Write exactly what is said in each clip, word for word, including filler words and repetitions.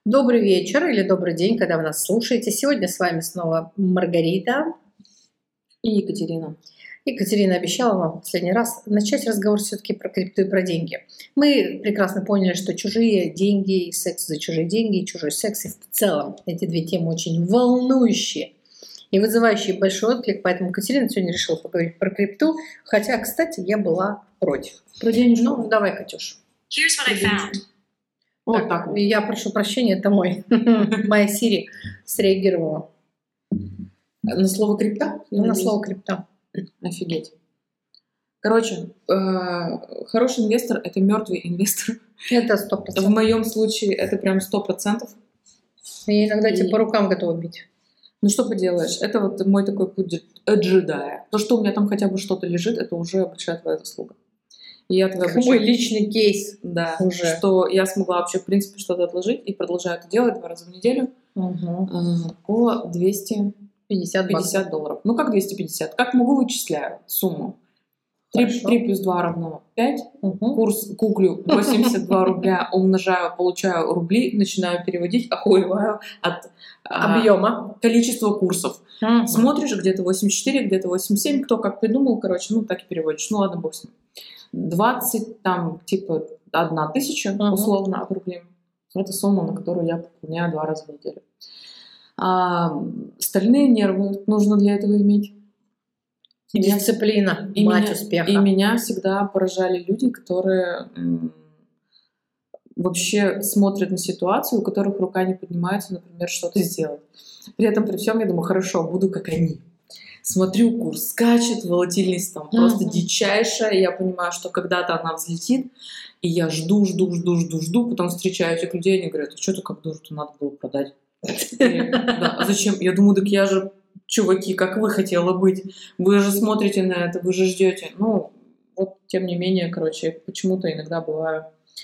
Добрый вечер или добрый день, когда вы нас слушаете. Сегодня с вами снова Маргарита и Екатерина. Екатерина обещала вам в последний раз начать разговор все-таки про крипту и про деньги. Мы прекрасно поняли, что чужие деньги, секс за чужие деньги, чужой секс и в целом эти две темы очень волнующие и вызывающие большой отклик, поэтому Екатерина сегодня решила поговорить про крипту, хотя, кстати, я была против. Про денежку? Ну, давай, Катюш. Here's what I found. Вот так, так вот. Я прошу прощения, это мой. Моя Сири среагировала. На слово крипта? На слово крипта. Офигеть. Короче, хороший инвестор – это мертвый инвестор. Это сто процентов. В моем случае это прям сто процентов. Я иногда тебе по рукам готова бить. Ну что поделаешь, это вот мой такой путь джедая. То, что у меня там хотя бы что-то лежит, это уже большая твоя заслуга. И я твоя большая... Мой личный кейс. Да, уже. Что я смогла вообще, в принципе, что-то отложить и продолжаю это делать два раза в неделю угу. по двести пятьдесят долларов. Ну, как двести пятьдесят? Как могу, вычисляю сумму. три плюс два равно пять. Угу. Курс гуглю восемьдесят два рубля, умножаю, получаю рубли, начинаю переводить, охуеваю от объема, а, количества курсов. Угу. Смотришь, где-то восемьдесят четыре, где-то восемьдесят семь, кто как придумал, короче, ну, так и переводишь. Ну, ладно, бог с ним. двадцать, там, типа, одна тысяча, uh-huh. условно, округлим. Это сумма, на которую я пополняю два раза в неделю. А, стальные нервы нужно для этого иметь. И дисциплина, и мать меня, успеха. И меня всегда поражали люди, которые м, вообще смотрят на ситуацию, у которых рука не поднимается, например, что-то сделать. При этом, при всем, я думаю, хорошо, буду как они. Смотрю, курс скачет, волатильность там просто uh-huh. дичайшая. Я понимаю, что когда-то она взлетит. И я жду, жду, жду, жду, жду. Потом встречаю этих людей, они говорят, а что-то как дуру-то надо было продать. А зачем? Я думаю, так я же, чуваки, как вы хотела быть. Вы же смотрите на это, вы же ждете. Ну, вот, тем не менее, короче, почему-то иногда бываю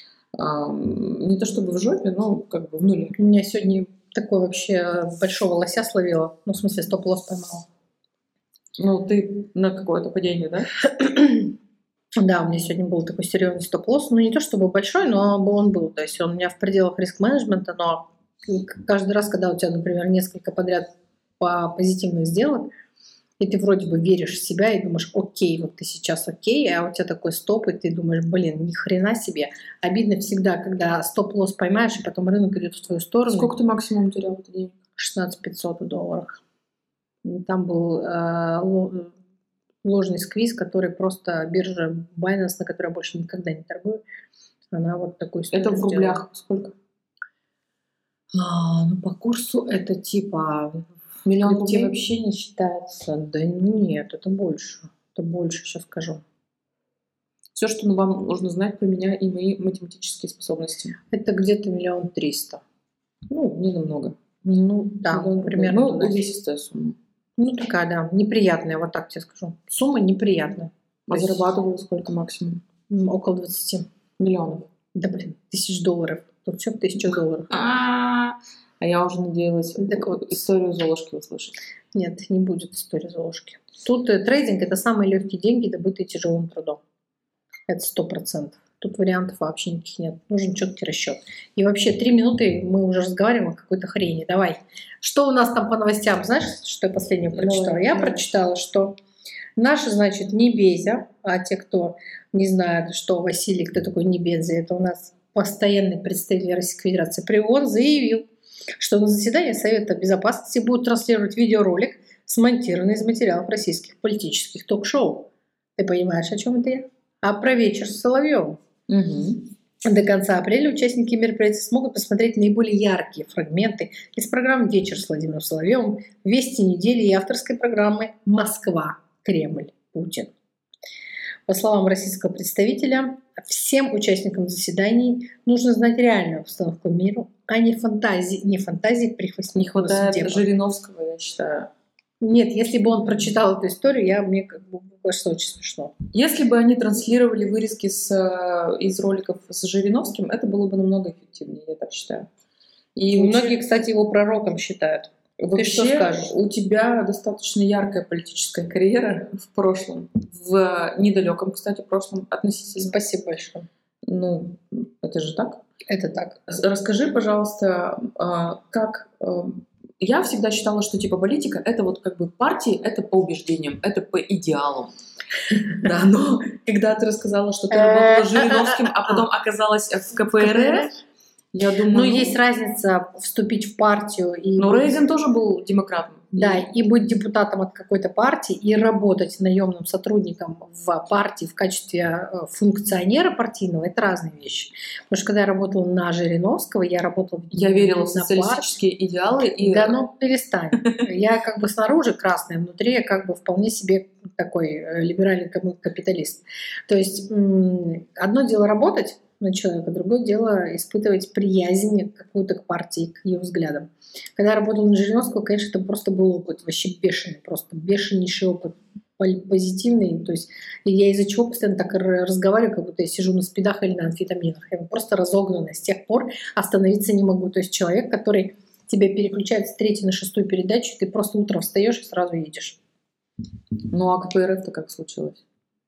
не то чтобы в жопе, но как бы в нуле. У меня сегодня такой вообще большого лося словила. Ну, в смысле, стоп-лосс поймала. Ну, ты на какое-то падение, да? Да, у меня сегодня был такой серьезный стоп-лосс. Ну, не то чтобы большой, но он был. То есть он у меня в пределах риск-менеджмента, но каждый раз, когда у тебя, например, несколько подряд по позитивных сделок, и ты вроде бы веришь в себя и думаешь, окей, вот ты сейчас окей, а у тебя такой стоп, и ты думаешь, блин, ни хрена себе. Обидно всегда, когда стоп-лосс поймаешь, и потом рынок идет в твою сторону. Сколько ты максимум терял в этот день? шестнадцать тысяч пятьсот долларов. Там был э, ложный сквиз, который просто биржа Binance, на которой я больше никогда не торгую, она вот такой историю Это в сделала. Рублях сколько? А, ну, по курсу это типа... Миллион рублей вообще не считается. Да нет, это больше. Это больше, сейчас скажу. Все, что вам нужно знать про меня и мои математические способности. Это где-то миллион триста. Ну, не намного. Ну, да, миллион примерно. Ну, увесистая сумма. Ну, такая, да, неприятная, вот так тебе скажу. Сумма неприятная. А есть... зарабатывала сколько максимум? Около двадцати миллионов. Да, блин, тысяч долларов. Тут все в тысячу долларов. А я уже надеялась так вот. историю Золушки услышать. Нет, не будет истории Золушки. Тут трейдинг – это самые легкие деньги, добытые тяжелым трудом. Это сто процентов. Тут вариантов вообще никаких нет. Нужен четкий расчет. И вообще три минуты мы уже разговариваем о какой-то хрени. Давай. Что у нас там по новостям? Знаешь, что я последнее прочитала? Давай, я давай. прочитала, что наши, значит, не Безя, а те, кто не знает, что Василий, кто такой не Безя, это у нас постоянный представитель Российской Федерации при ООН, заявил, что на заседании Совета Безопасности будут транслировать видеоролик, смонтированный из материалов российских политических ток-шоу. Ты понимаешь, о чем это я? А про вечер с Соловьевым. Угу. До конца апреля участники мероприятия смогут посмотреть наиболее яркие фрагменты из программы «Вечер с Владимиром Соловьевым», «Вести недели» и авторской программы «Москва, Кремль, Путин». По словам российского представителя, всем участникам заседаний нужно знать реальную обстановку мира, а не фантазии, не фантазии прихвостней. Не хватает Жириновского, я считаю. Нет, если бы он прочитал эту историю, я мне как бы кажется очень смешно. Если бы они транслировали вырезки с, из роликов с Жириновским, это было бы намного эффективнее, я так считаю. И многие, кстати, его пророком считают. Вообще, Ты что скажешь? У тебя достаточно яркая политическая карьера в прошлом, в недалеком, кстати, прошлом относительно. Спасибо большое. Ну, это же так. Это так. Расскажи, пожалуйста, как... Я всегда считала, что типа политика — это вот как бы партии, это по убеждениям, это по идеалам. Да, но когда ты рассказала, что ты работала с Жириновским, а потом оказалась в ка пэ эр эф, я думаю... Ну, есть разница вступить в партию и... Но Рейган тоже был демократом. Да, и быть депутатом от какой-то партии, и работать наемным сотрудником в партии в качестве функционера партийного — это разные вещи. Потому что когда я работала на Жириновского, я работала... Я верила в социалистические идеалы. И... Да, ну перестань. Я как бы снаружи красная, внутри я как бы вполне себе такой либеральный капиталист. То есть одно дело работать на человека, другое дело испытывать приязнь какую-то к партии, к ее взглядам. Когда я работала на Жириновского, конечно, это просто был опыт вообще бешеный, просто бешенейший опыт, позитивный. То есть я из-за чего постоянно так разговариваю, как будто я сижу на спидах или на амфетаминах. Я просто разогнана. С тех пор остановиться не могу. То есть человек, который тебя переключает с третьей на шестую передачу, ты просто утром встаешь и сразу едешь. Ну а ка пэ эр эф-то как случилось?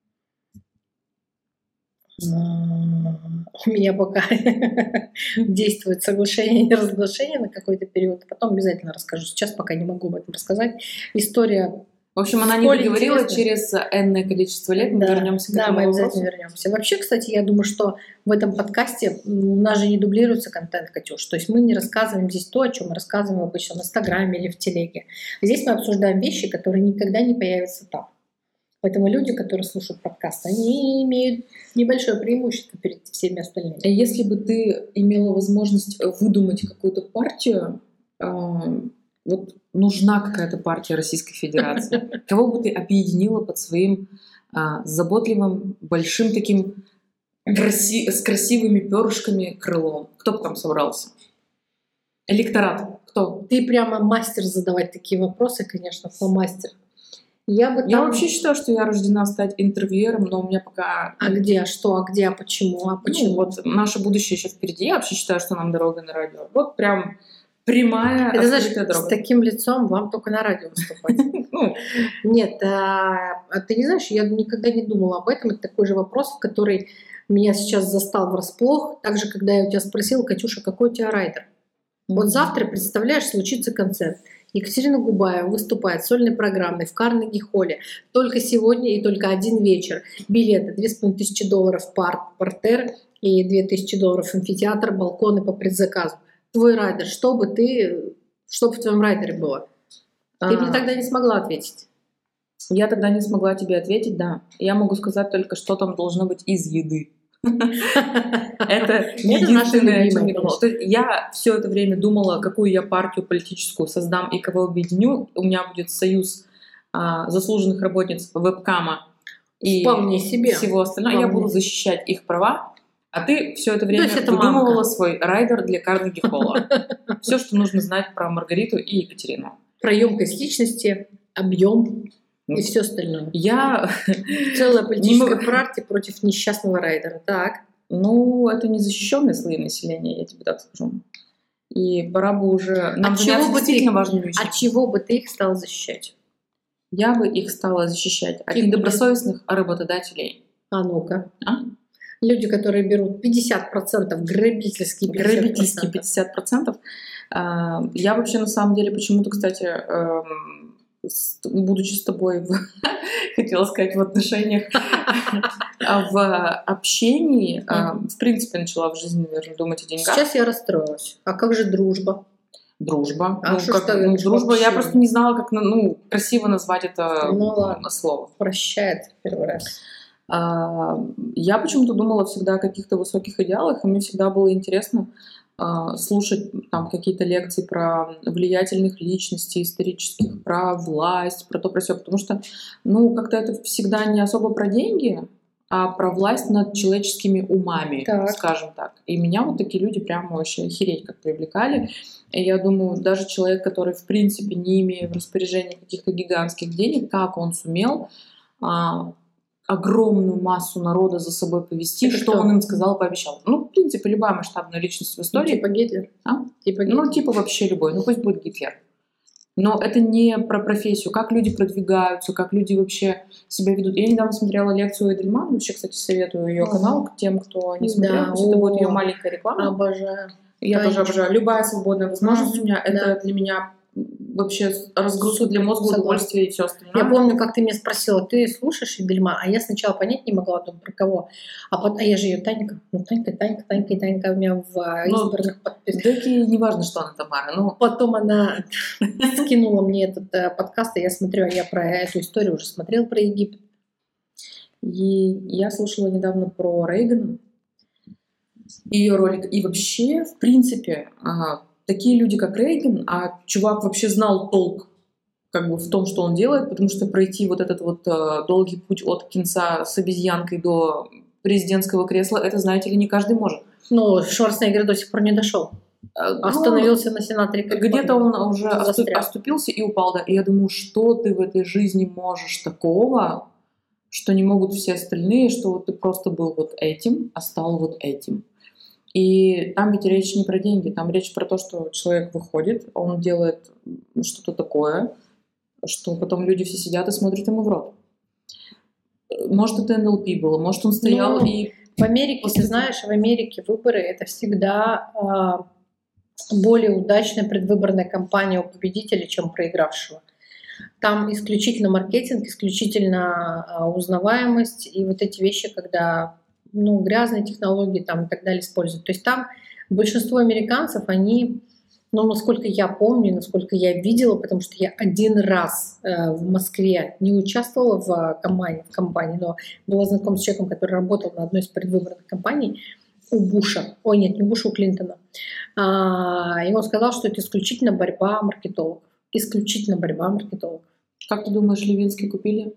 У меня пока действует соглашение и неразглашение на какой-то период. Потом обязательно расскажу. Сейчас пока не могу об этом рассказать. История... В общем, она не договорила, через энное количество лет мы да, вернемся к да, этому мы обязательно вопросу. вернемся. Вообще, кстати, я думаю, что в этом подкасте у нас же не дублируется контент, Катюш. То есть мы не рассказываем здесь то, о чем мы рассказываем обычно в Инстаграме или в Телеге. Здесь мы обсуждаем вещи, которые никогда не появятся там. Поэтому люди, которые слушают подкаст, они имеют небольшое преимущество перед всеми остальными. Если бы ты имела возможность выдумать какую-то партию, э, вот нужна какая-то партия Российской Федерации, кого бы ты объединила под своим э, заботливым, большим таким краси- с красивыми перышками крылом? Кто бы там собрался? Электорат. Кто? Ты прямо мастер задавать такие вопросы, конечно, фломастер. Я, бы там... я вообще считаю, что я рождена стать интервьюером, но у меня пока... А где, а что, а где, а почему, а почему? Ну, вот наше будущее еще впереди. Я вообще считаю, что нам дорога на радио. Вот прям прямая, это значит, дорога. С таким лицом вам только на радио выступать. Нет, а ты не знаешь, я никогда не думала об этом. Это такой же вопрос, который меня сейчас застал врасплох. Также, когда я у тебя спросила: Катюша, какой у тебя райдер? Вот завтра, представляешь, случится концерт. Екатерина Губаева выступает с сольной программой в Карнеги-холле. Только сегодня и только один вечер. Билеты две с половиной тысячи долларов пар, партер и две тысячи долларов амфитеатр, балконы по предзаказу. Твой райдер, что бы ты, что бы в твоем райдере было? Ты А, мне тогда не смогла ответить. Я тогда не смогла тебе ответить, да. Я могу сказать только, что там должно быть из еды. Это единственное, о чем я думала. Я все это время думала, какую я партию политическую создам и кого объединю. У меня будет союз а, заслуженных работниц вебкама и Вполне себе. всего остального. Вполне. Я буду защищать их права, а ты все это время это выдумывала мамка. свой райдер для Карнеги-холла. Все, что нужно знать про Маргариту и Екатерину. Про емкость личности, объем и все остальное. Я... Целая политическая партия против несчастного райдера. Так. Ну, это незащищенные слои населения, я тебе так скажу. И пора бы уже... Нам От заняться чего бы действительно ты- важными вещами. От чего бы ты их стала защищать? Я бы их стала защищать от Каких недобросовестных работодателей. А ну-ка. А? Люди, которые берут пятьдесят процентов, грабительские пятьдесят процентов. Грабительские пятьдесят процентов. А, Я вообще, на самом деле, почему-то, кстати, эм, с- будучи с тобой, в- хотела сказать, в отношениях, а в общении, а, в принципе, начала в жизни, наверное, думать о деньгах. Сейчас я расстроилась. А как же дружба? Дружба. А Ну, что ж как- тогда ну, вообще? дружба, я просто не знала, как на- ну, красиво назвать это Ну, ладно. слово. Прощает в первый раз. А, Я почему-то думала всегда о каких-то высоких идеалах, и мне всегда было интересно а, слушать там какие-то лекции про влиятельных личностей исторических, про власть, про то, про сё, потому что, ну, как-то это всегда не особо про деньги, а про власть над человеческими умами, Так. скажем так. И меня вот такие люди прямо вообще охереть как привлекали. И я думаю, даже человек, который, в принципе, не имея в распоряжении каких-то гигантских денег, как он сумел а, огромную массу народа за собой повести, Это что кто? он им сказал, пообещал. Ну, в принципе, любая масштабная личность в Ну, истории. типа Гитлер. А? Типа Гитлер. Ну, типа вообще любой. Ну, пусть будет Гитлер. Но это не про профессию, как люди продвигаются, как люди вообще себя ведут. Я недавно смотрела лекцию Эдельман, вообще, кстати, советую ее канал тем, кто не смотрел, Да, пусть это будет о, ее маленькая реклама. Обожаю. Я тоже Конечно. обожаю. Любая свободная возможность Мгм, у меня, это да. для меня вообще разгрузка для мозга, Согласна. удовольствие и все остальное. Я помню, как ты меня спросила, ты слушаешь Эдельман? А я сначала понять не могла, думаю, про кого. А, потом, а я же ее Танька. Ну, Танька, Танька, Танька, и Танька у меня в а, Ну, избранных подписках. Да и не важно, что она Тамара. Ну, Потом она скинула мне этот э, подкаст, и я смотрю, а я про эту историю уже смотрела, про Египет. и я слушала недавно про Рейгана, ее ролик. И вообще, в принципе, а, такие люди, как Рейган, а чувак вообще знал толк как бы в том, что он делает, потому что пройти вот этот вот а, долгий путь от кинца с обезьянкой до президентского кресла, это, знаете ли, не каждый может. Ну, Шварценеггер до сих пор не дошел. А, Остановился на сенаторе. ну, где-то он уже осту- застрял. оступился и упал, да. И я думаю, что ты в этой жизни можешь такого, что не могут все остальные, что вот ты просто был вот этим, а стал вот этим. И там ведь речь не про деньги, там речь про то, что человек выходит, он делает что-то такое, что потом люди все сидят и смотрят ему в рот. Может, это эн эл пи было, может, он стоял Ну, и... В Америке, ты знаешь, в Америке выборы — это всегда а, более удачная предвыборная кампания у победителя, чем проигравшего. Там исключительно маркетинг, исключительно а, узнаваемость и вот эти вещи, когда ну, грязные технологии там, и так далее используют. То есть там большинство американцев, они, ну, насколько я помню, насколько я видела, потому что я один раз э, в Москве не участвовала в кампании, в кампании, но была знакома с человеком, который работал на одной из предвыборных кампаний у Буша. Ой, нет, не Буша, у Клинтона. А, и он сказал, что это исключительно борьба маркетологов. Исключительно борьба маркетологов. Как ты думаешь, Левинский купили?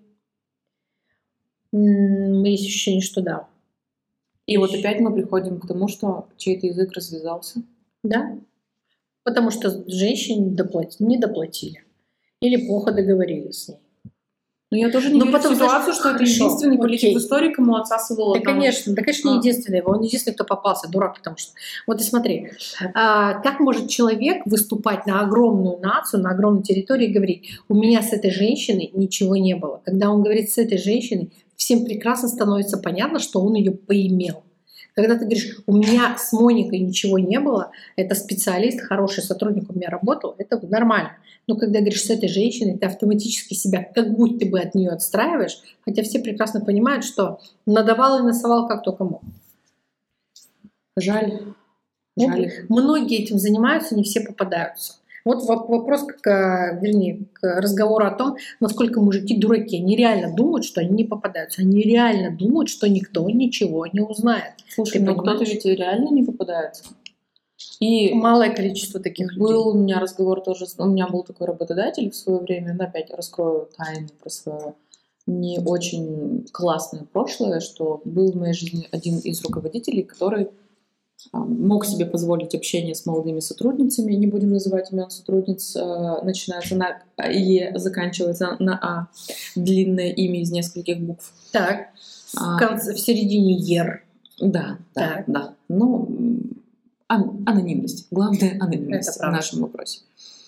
М, Есть ощущение, что да. И вот опять мы приходим к тому, что чей-то язык развязался. Да. Потому что женщине доплати- не доплатили. Или плохо договорились с ней. Но я тоже не Ну, верю потом, в ситуацию, знаешь, что это хорошо, единственный политик окей. в истории, кому отсасывало. Да, там- конечно, да, конечно, не А. единственный. Он единственный, кто попался, дурак, потому что... Вот и смотри, а, как может человек выступать на огромную нацию, на огромной территории и говорить, у меня с этой женщиной ничего не было. Когда он говорит с этой женщиной, всем прекрасно становится понятно, что он ее поимел. Когда ты говоришь, у меня с Моникой ничего не было, это специалист, хороший сотрудник у меня работал, это нормально. Но когда говоришь с этой женщиной, ты автоматически себя как будто бы от нее отстраиваешь, хотя все прекрасно понимают, что надавал и насовал как только мог. Жаль. Вот Жаль. многие этим занимаются, не все попадаются. Вот вопрос, к, вернее, к разговору о том, насколько мужики дураки. Они реально думают, что они не попадаются. Они реально думают, что никто ничего не узнает. Слушай, Ты ну кто-то понимаешь? ведь и реально не попадается. И Малое количество таких людей. был у меня разговор тоже, с- у меня был такой работодатель в свое время, ну, опять раскрою тайну про свое не очень классное прошлое, что был в моей жизни один из руководителей, который а, мог себе позволить общение с молодыми сотрудницами, не будем называть имен сотрудниц, а, начинается на Е, заканчивается на А, длинное имя из нескольких букв. Так, А, в, конце, в середине Ер. Да, да, Так. да. Но м, ан- анонимность. Главное анонимность Это в правда. нашем вопросе.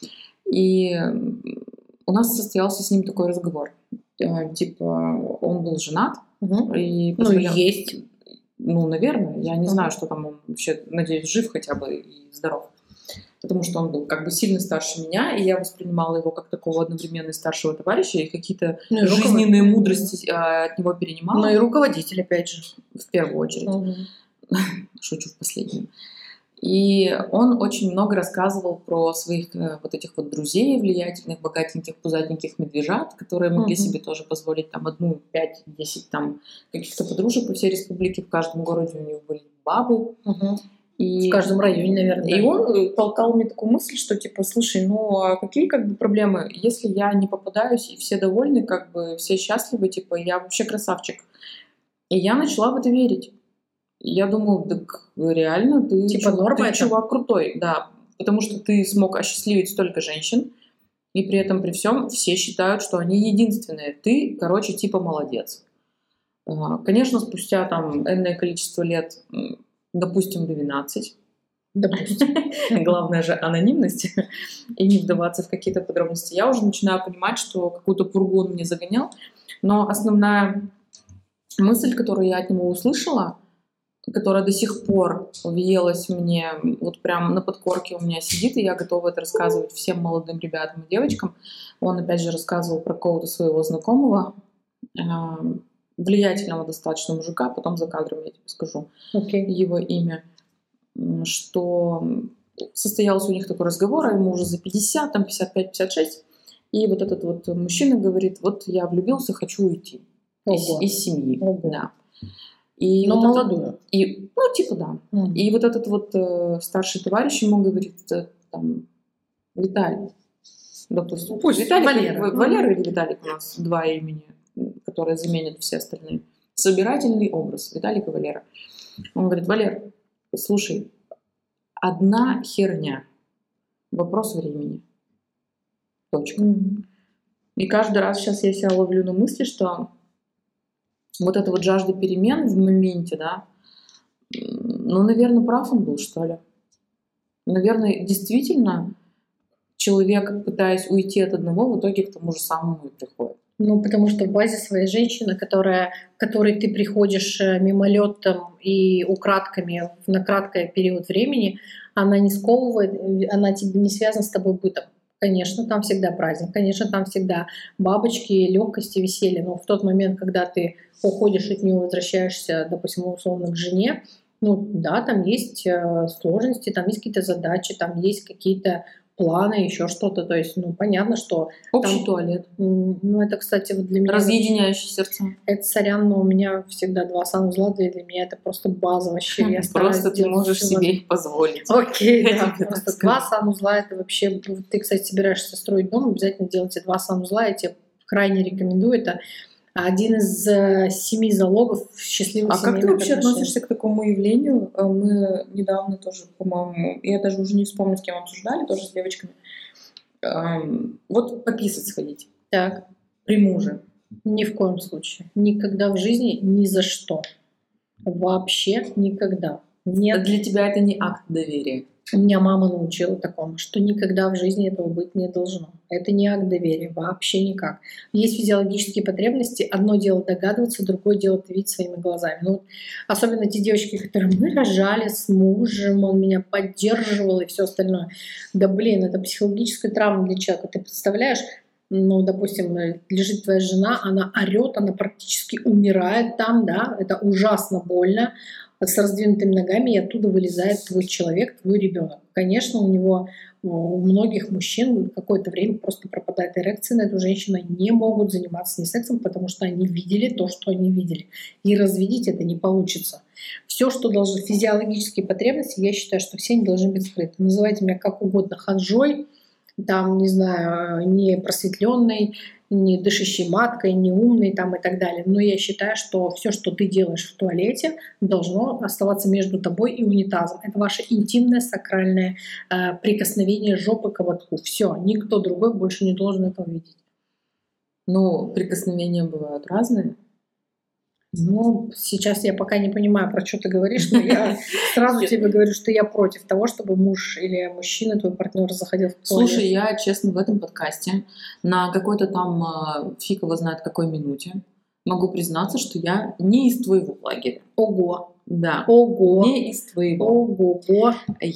И м, у нас состоялся с ним такой разговор. Э, Типа, он был женат Мгм. и Ну, позволял- есть. Ну, наверное. Я не Мгм. знаю, что там он вообще, надеюсь, жив хотя бы и здоров. Потому что он был как бы сильно старше меня, и я воспринимала его как такого одновременно и старшего товарища, и какие-то Ну, и руководитель. жизненные мудрости э, от него перенимала. Ну и руководитель, опять же. В первую очередь. Мгм. Шучу в последнем. И он очень много рассказывал про своих э, вот этих вот друзей влиятельных, богатеньких, пузатеньких медвежат, которые могли Мгм. себе тоже позволить там одну, пять, десять там каких-то подружек по всей республике. В каждом городе у него были бабы. Мгм. И, В каждом районе, наверное. и да. он э, толкал мне такую мысль, что типа, слушай, ну а какие как бы проблемы, если я не попадаюсь и все довольны, как бы все счастливы, типа я вообще красавчик. И я начала в это верить. Я думаю, так реально ты, Типа чу- норма ты это? чувак крутой, да, потому что ты смог осчастливить столько женщин, и при этом при всем все считают, что они единственные. Ты, короче, типа молодец. А, Конечно, спустя там энное количество лет, м, допустим, двенадцать, Допустим. Главное же анонимность и не вдаваться в какие-то подробности. Я уже начинаю понимать, что какую-то пургу он мне загонял, но основная мысль, которую я от него услышала, которая до сих пор въелась мне, вот прям на подкорке у меня сидит, и я готова это рассказывать всем молодым ребятам и девочкам. Он опять же рассказывал про какого-то своего знакомого, э, влиятельного достаточно мужика, потом за кадром я тебе скажу okay. его имя, что состоялся у них такой разговор, а ему уже за пятьдесят, там пятьдесят пять - пятьдесят шесть, и вот этот вот мужчина говорит: вот я влюбился, хочу уйти из, из семьи. Ого. Да. И Но вот молодую. Этот, и, ну, типа, да. Mm. И вот этот вот э, старший товарищ ему говорит, э, там, Виталий, допустим. Пусть Виталик, Валера. В, Валера или Виталик у нас два имени, которые заменят все остальные. Собирательный образ. Виталик и Валера. Он говорит: Валер, слушай, одна херня. Вопрос времени. Точка. Mm. И каждый раз сейчас я себя ловлю на мысли, что вот эта вот жажда перемен в моменте, да, ну, наверное, прав он был, что ли. Наверное, действительно, человек, пытаясь уйти от одного, в итоге к тому же самому и приходит. Ну, потому что в базе своя женщина, которая, к которой ты приходишь мимолетом и украдками на краткий период времени, она не сковывает, она тебе не связана с тобой бытом. Конечно, там всегда праздник, конечно, там всегда бабочки, легкости, веселье. Но в тот момент, когда ты уходишь от нее, возвращаешься, допустим, условно к жене, ну да, там есть сложности, там есть какие-то задачи, там есть какие-то планы, еще что-то. То есть, ну, понятно, что... Общий там, туалет. Ну, это, кстати, вот для меня... Разъединяющий сердца. Это, сорян, но у меня всегда два санузла, для, для меня это просто база вообще. Я просто ты можешь себе их позволить. Окей, да, просто два санузла, это вообще... Ты, кстати, собираешься строить дом, обязательно делайте два санузла, я тебе крайне рекомендую. Это один из семи залогов счастливых семейных отношений. А как ты вообще относишься к такому явлению? Мы недавно тоже, по-моему, я даже уже не вспомню, с кем обсуждали, тоже с девочками. Вот пописать сходить. Так. При муже. Ни в коем случае. Никогда в жизни, ни за что. Вообще никогда. Нет. Для тебя это не акт доверия. Меня мама научила такому, что никогда в жизни этого быть не должно. Это не акт доверия, вообще никак. Есть физиологические потребности. Одно дело догадываться, другое дело это видеть своими глазами. Ну, особенно те девочки, которые мы рожали с мужем, он меня поддерживал и все остальное. Да блин, это психологическая травма для человека. Ты представляешь, ну, допустим, лежит твоя жена, она орет, она практически умирает там, да, это ужасно больно, с раздвинутыми ногами, и оттуда вылезает твой человек, твой ребенок. Конечно, у него, у многих мужчин какое-то время просто пропадает эрекция на эту женщину, они не могут заниматься с ней сексом, потому что они видели то, что они видели. И развидеть это не получится. Все, что должно, физиологические потребности, я считаю, что все они должны быть скрыты. Называйте меня как угодно, ханжой, там, не знаю, не просветленный, не дышащей маткой, не умный там, и так далее. Но я считаю, что все, что ты делаешь в туалете, должно оставаться между тобой и унитазом. Это ваше интимное, сакральное э, прикосновение жопы к ободку. Все, никто другой больше не должен этого видеть. Но прикосновения бывают разные. Ну, сейчас я пока не понимаю, про что ты говоришь, но я сразу тебе говорю, что я против того, чтобы муж или мужчина, твой партнер, заходил в туалет. Слушай, я, честно, в этом подкасте на какой-то там фиг его знает какой минуте могу признаться, что я не из твоего лагеря. Ого. Да. Ого. Не из твоего. Ого.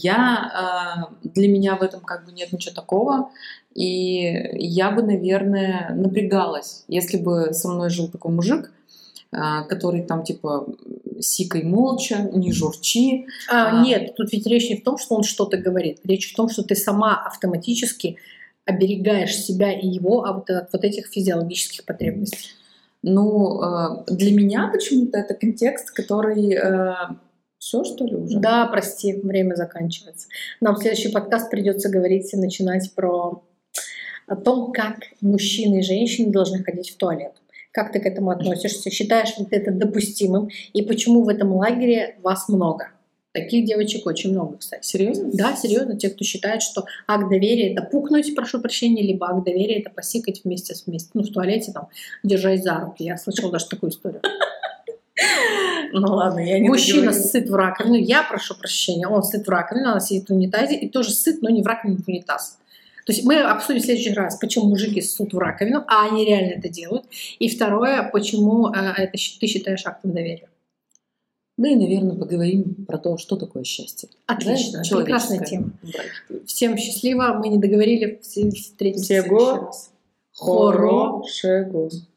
Я, для меня в этом как бы нет ничего такого. И я бы, наверное, напрягалась, если бы со мной жил такой мужик, который там типа сикай молча, не журчи. А, а... Нет, тут ведь речь не в том, что он что-то говорит. Речь в том, что ты сама автоматически оберегаешь себя и его от, от вот этих физиологических потребностей. Ну, для меня почему-то это контекст, который... Все, что ли, уже? Да, прости, время заканчивается. Нам в следующий подкаст придется говорить и начинать про о том, как мужчины и женщины должны ходить в туалет. Как ты к этому относишься? Считаешь ли ты это допустимым? И почему в этом лагере вас много? Таких девочек очень много, кстати. Серьезно? Да, серьезно. Те, кто считает, что акт доверия — это пукнуть, прошу прощения, либо акт доверия — это посикать вместе с вместе. Ну, в туалете, там, держась за руки. Я слышала даже такую историю. Ну ладно, я не Мужчина договорила. сыт в раковину, я прошу прощения, он сыт в раковину, она сидит в унитазе и тоже сыт, но не в раковину, в унитаз. То есть мы обсудим в следующий раз, почему мужики ссут в раковину, а они реально это делают. И второе, почему э, это ты считаешь актом доверия. Ну и, наверное, поговорим про то, что такое счастье. Отлично, Да? прекрасная тема. Браке. Всем счастливо, мы не договорили, встретимся в Всего следующий раз. Хорошего.